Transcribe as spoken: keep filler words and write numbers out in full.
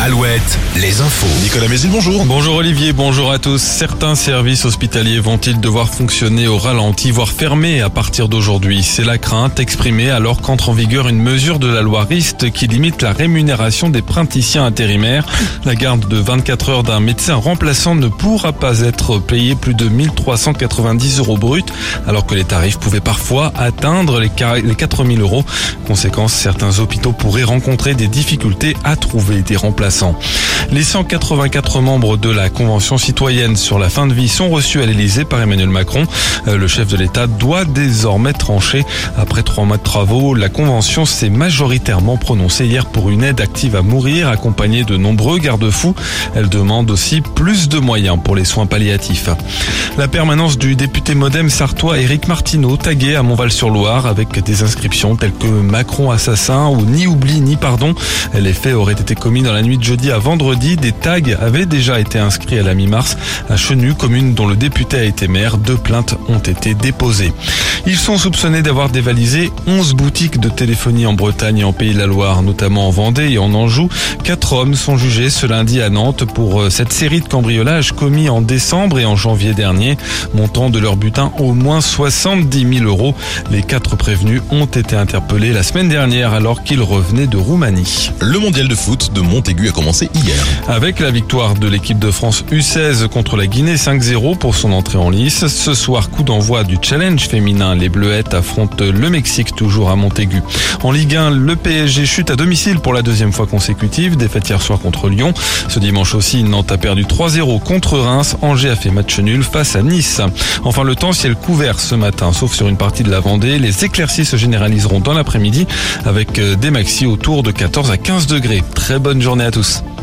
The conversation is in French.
Alouette, les infos. Nicolas Mézil, bonjour. Bonjour Olivier, bonjour à tous. Certains services hospitaliers vont-ils devoir fonctionner au ralenti, voire fermer à partir d'aujourd'hui? C'est la crainte exprimée alors qu'entre en vigueur une mesure de la loi Rist qui limite la rémunération des praticiens intérimaires. La garde de vingt-quatre heures d'un médecin remplaçant ne pourra pas être payée plus de mille trois cent quatre-vingt-dix euros bruts, alors que les tarifs pouvaient parfois atteindre les quatre mille euros. Conséquence, certains hôpitaux pourraient rencontrer des difficultés à trouver des remplaçants. Les cent quatre-vingt-quatre membres de la Convention citoyenne sur la fin de vie sont reçus à l'Elysée par Emmanuel Macron. Le chef de l'État doit désormais trancher. Après trois mois de travaux, la Convention s'est majoritairement prononcée hier pour une aide active à mourir, accompagnée de nombreux garde-fous. Elle demande aussi plus de moyens pour les soins palliatifs. La permanence du député Modem sartois Éric Martineau, tagué à Montval-sur-Loire avec des inscriptions telles que Macron assassin ou ni oubli ni pardon. Les faits auraient été commis dans la nuit de jeudi à vendredi. Des tags avaient déjà été inscrits à la mi-mars à Chenu, commune dont le député a été maire. Deux plaintes ont été déposées. Ils sont soupçonnés d'avoir dévalisé onze boutiques de téléphonie en Bretagne et en Pays de la Loire, notamment en Vendée et en Anjou. Quatre hommes sont jugés ce lundi à Nantes pour cette série de cambriolages commis en décembre et en janvier dernier. Montant de leur butin au moins soixante-dix mille euros. Les quatre prévenus ont été interpellés la semaine dernière alors qu'ils revenaient de Roumanie. Le mondial de foot de Montaigu a commencé hier. Avec la victoire de l'équipe de France U seize contre la Guinée cinq zéro pour son entrée en lice. Ce soir, coup d'envoi du challenge féminin. Les Bleuettes affrontent le Mexique, toujours à Montaigu. En Ligue un, le P S G chute à domicile pour la deuxième fois consécutive. Défaite hier soir contre Lyon. Ce dimanche aussi, Nantes a perdu trois zéro contre Reims. Angers a fait match nul face à Nice. Enfin, le temps, ciel couvert ce matin, sauf sur une partie de la Vendée. Les éclaircies se généraliseront dans l'après-midi avec des maxis autour de quatorze à quinze degrés. Très bonne journée à tous.